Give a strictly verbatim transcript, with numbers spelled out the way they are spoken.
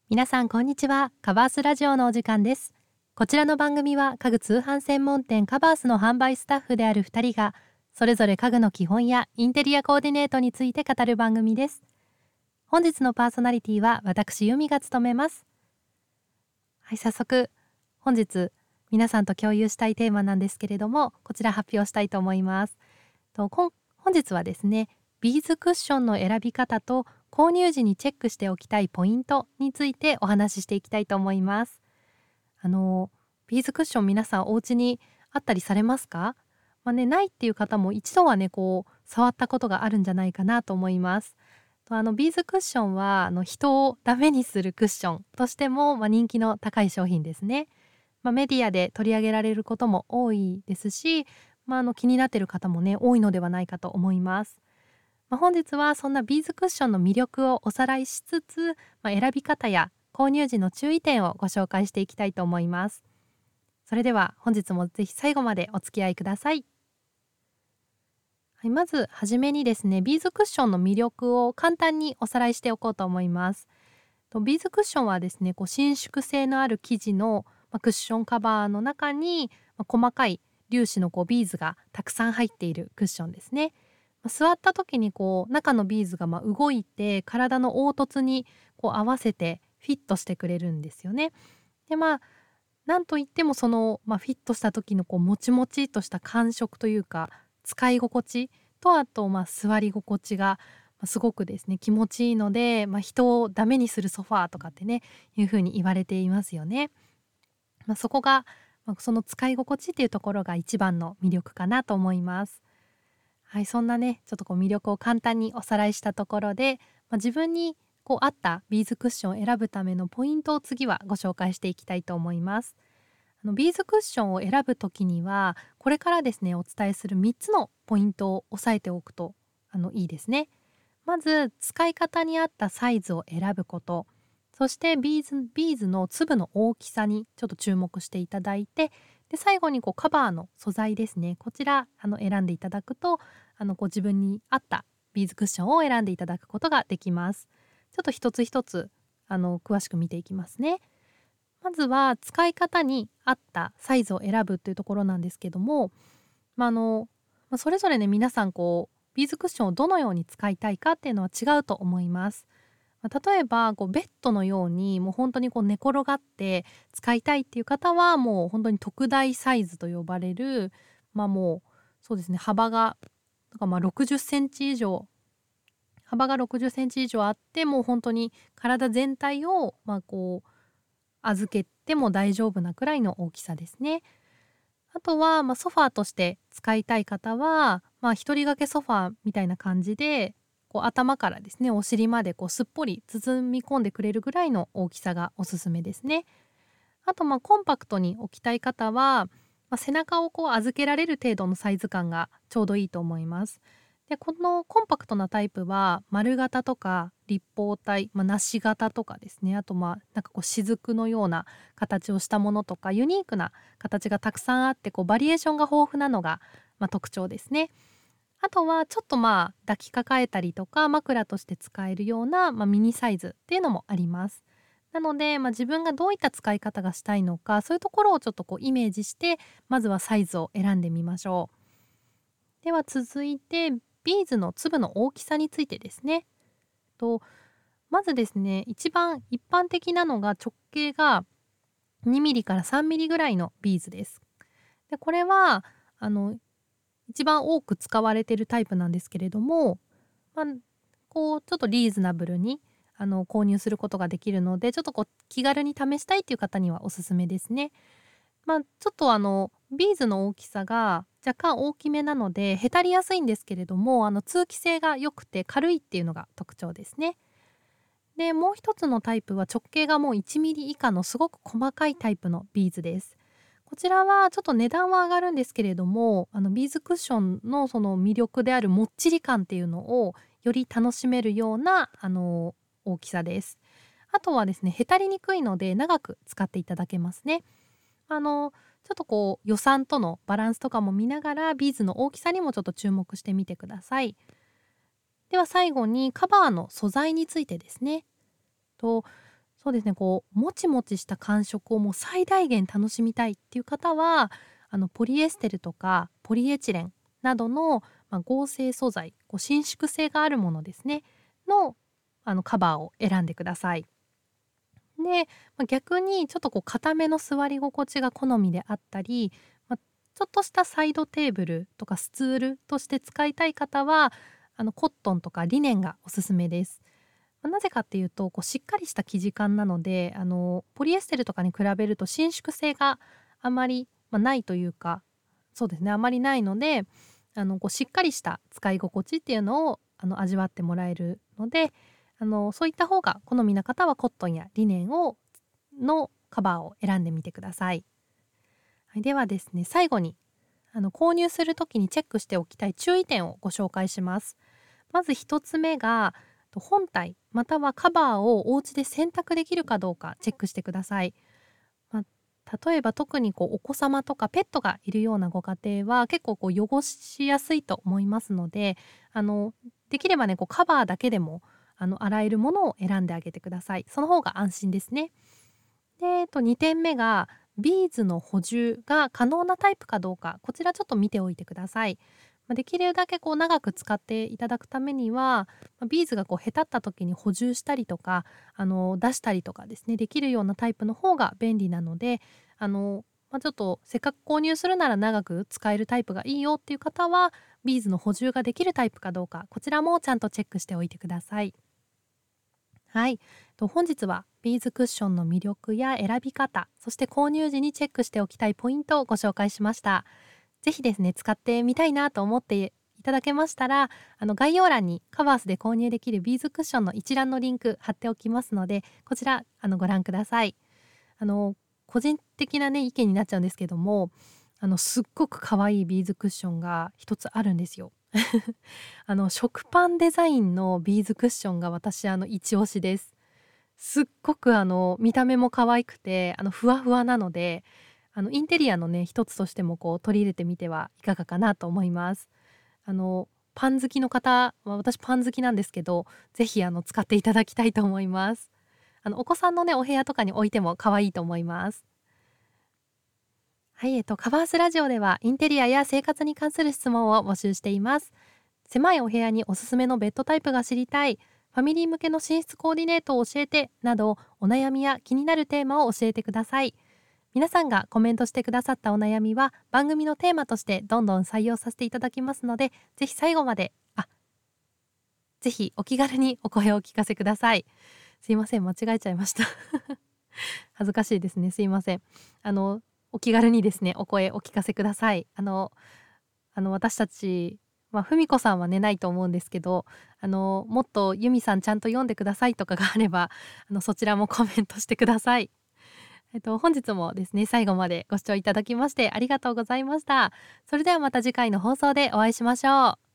皆さんこんにちは。カバースラジオのお時間です。こちらの番組は家具通販専門店カバースの販売スタッフであるふたりがそれぞれ家具の基本やインテリアコーディネートについて語る番組です。本日のパーソナリティは私由美が務めます。はい、早速本日皆さんと共有したいテーマなんですけれども、こちら発表したいと思います。と本日はですね、ビーズクッションの選び方と購入時にチェックしておきたいポイントについてお話ししていきたいと思います。あのビーズクッション皆さんお家にあったりされますか？まあね、ないっていう方も一度はねこう触ったことがあるんじゃないかなと思います。とあのビーズクッションはあの人をダメにするクッションとしても、まあ、人気の高い商品ですね。まあ、メディアで取り上げられることも多いですし、まあ、あの気になっている方もね多いのではないかと思います。まあ、本日はそんなビーズクッションの魅力をおさらいしつつ、まあ、選び方や購入時の注意点をご紹介していきたいと思います。それでは本日もぜひ最後までお付き合いください。はい、まずはじめにですね、ビーズクッションの魅力を簡単におさらいしておこうと思います。とビーズクッションはですね、こう伸縮性のある生地の、まあ、クッションカバーの中に、まあ、細かい粒子のこうビーズがたくさん入っているクッションですね。まあ座った時にこう中のビーズがまあ動いて体の凹凸にこう合わせてフィットしてくれるんですよね。でまあなんといってもその、まあ、フィットした時のこうもちもちっとした感触というか使い心地と、あとまあ座り心地がまあすごくですね気持ちいいので、まあ、人をダメにするソファーとかってねいう風に言われていますよね。まあ、そこが、まあ、その使い心地っていうところが一番の魅力かなと思います。はい、そんなねちょっとこう魅力を簡単におさらいしたところで、まあ、自分にこう合ったビーズクッションを選ぶためのポイントを次はご紹介していきたいと思います。あのビーズクッションを選ぶときにはこれからですねお伝えするみっつのポイントを押さえておくとあのいいですね。まず使い方に合ったサイズを選ぶこと、そしてビーズビーズの粒の大きさにちょっと注目していただいて、で最後にこうカバーの素材ですね、こちらあの選んでいただくとあのこう自分に合ったビーズクッションを選んでいただくことができます。ちょっと一つ一つあの詳しく見ていきますね。まずは使い方に合ったサイズを選ぶというところなんですけども、まああのまあ、それぞれね皆さんこうビーズクッションをどのように使いたいかっていうのは違うと思います。まあ、例えばこうベッドのようにもう本当にこう寝転がって使いたいっていう方はもう本当に特大サイズと呼ばれる、まあもうそうですね、幅がなんかまあろくじゅっセンチ以上、幅がろくじゅっセンチ以上あって、もう本当に体全体をまあこう預けても大丈夫なくらいの大きさですね。あとは、まあ、ソファーとして使いたい方は、まあ、一人掛けソファーみたいな感じでこう頭からですねお尻までこうすっぽり包み込んでくれるぐらいの大きさがおすすめですね。あとまあコンパクトに置きたい方は、まあ、背中をこう預けられる程度のサイズ感がちょうどいいと思います。でこのコンパクトなタイプは丸型とか立方体、まあ、梨型とかですね、あとまあなんかこう雫のような形をしたものとかユニークな形がたくさんあってこうバリエーションが豊富なのが、まあ、特徴ですね。あとはちょっとまあ抱きかかえたりとか枕として使えるような、まあ、ミニサイズっていうのもあります。なので、まあ、自分がどういった使い方がしたいのか、そういうところをちょっとこうイメージしてまずはサイズを選んでみましょう。では続いてビーズの粒の大きさについてですね。とまずですね、一番一般的なのが直径がにミリからさんミリぐらいのビーズです。でこれはあの一番多く使われているタイプなんですけれども、まあ、こうちょっとリーズナブルにあの購入することができるので、ちょっとこう気軽に試したいっていう方にはおすすめですね。まあ、ちょっとあのビーズの大きさが若干大きめなのでへたりやすいんですけれども、あの通気性が良くて軽いっていうのが特徴ですね。でもう一つのタイプは直径がもういちミリ以下のすごく細かいタイプのビーズです。こちらはちょっと値段は上がるんですけれども、あのビーズクッションのその魅力であるもっちり感っていうのをより楽しめるようなあの大きさです。あとはですね、へたりにくいので長く使っていただけますね。あのちょっとこう予算とのバランスとかも見ながらビーズの大きさにもちょっと注目してみてください。では最後にカバーの素材についてですね。とそうですね、こうもちもちした感触をもう最大限楽しみたいっていう方は、あのポリエステルとかポリエチレンなどの、まあ、合成素材、こう伸縮性があるものですねの、あのカバーを選んでください。で、まあ、逆にちょっとこう硬めの座り心地が好みであったり、まあ、ちょっとしたサイドテーブルとかスツールとして使いたい方は、あのコットンとかリネンがおすすめです。ま、なぜかっていうと、こうしっかりした生地感なので、あのポリエステルとかに比べると伸縮性があまり、ま、ないというか、そうですね、あまりないので、あのこうしっかりした使い心地っていうのをあの味わってもらえるので、あのそういった方が好みな方はコットンやリネンをのカバーを選んでみてください。はい、ではですね、最後にあの購入する時にチェックしておきたい注意点をご紹介します。まず一つ目が、と本体またはカバーをお家で洗濯できるかどうかチェックしてください。まあ、例えば特にこうお子様とかペットがいるようなご家庭は結構こう汚しやすいと思いますので、あのできればねこうカバーだけでもあの洗えるものを選んであげてください。その方が安心ですね。で、えっと、にてんめがビーズの補充が可能なタイプかどうか、こちらちょっと見ておいてください。まあ、できるだけこう長く使っていただくためには、まあ、ビーズがこうへたった時に補充したりとか、あの出したりとかですね、できるようなタイプの方が便利なので、あの、まあ、ちょっとせっかく購入するなら長く使えるタイプがいいよっていう方は、ビーズの補充ができるタイプかどうか、こちらもちゃんとチェックしておいてください。はい、と本日はビーズクッションの魅力や選び方、そして購入時にチェックしておきたいポイントをご紹介しました。ぜひですね、使ってみたいなと思っていただけましたら、あの概要欄にカバースで購入できるビーズクッションの一覧のリンク貼っておきますので、こちらあのご覧ください。あの個人的なね意見になっちゃうんですけども、あのすっごく可愛いビーズクッションが一つあるんですよ。あの食パンデザインのビーズクッションが私あの一押しです。すっごくあの見た目も可愛くて、あのふわふわなので、あのインテリアのね一つとしてもこう取り入れてみてはいかがかなと思います。あのパン好きの方は、私パン好きなんですけど、ぜひあの使っていただきたいと思います。あのお子さんのねお部屋とかに置いても可愛いと思います。はい、えっとカバースラジオではインテリアや生活に関する質問を募集しています。狭いお部屋におすすめのベッドタイプが知りたい、ファミリー向けの寝室コーディネートを教えてなど、お悩みや気になるテーマを教えてください。皆さんがコメントしてくださったお悩みは番組のテーマとしてどんどん採用させていただきますので、ぜひ最後まで、あ、ぜひお気軽にお声をお聞かせください。すいません、間違えちゃいました。恥ずかしいですね。すいません。あのお気軽にですね、お声お聞かせください。あのあの私たち、まあ、ふみこさんは寝ないと思うんですけど、あのもっとユミさんちゃんと読んでくださいとかがあれば、あのそちらもコメントしてください。えっと本日もですね、最後までご視聴いただきましてありがとうございました。それではまた次回の放送でお会いしましょう。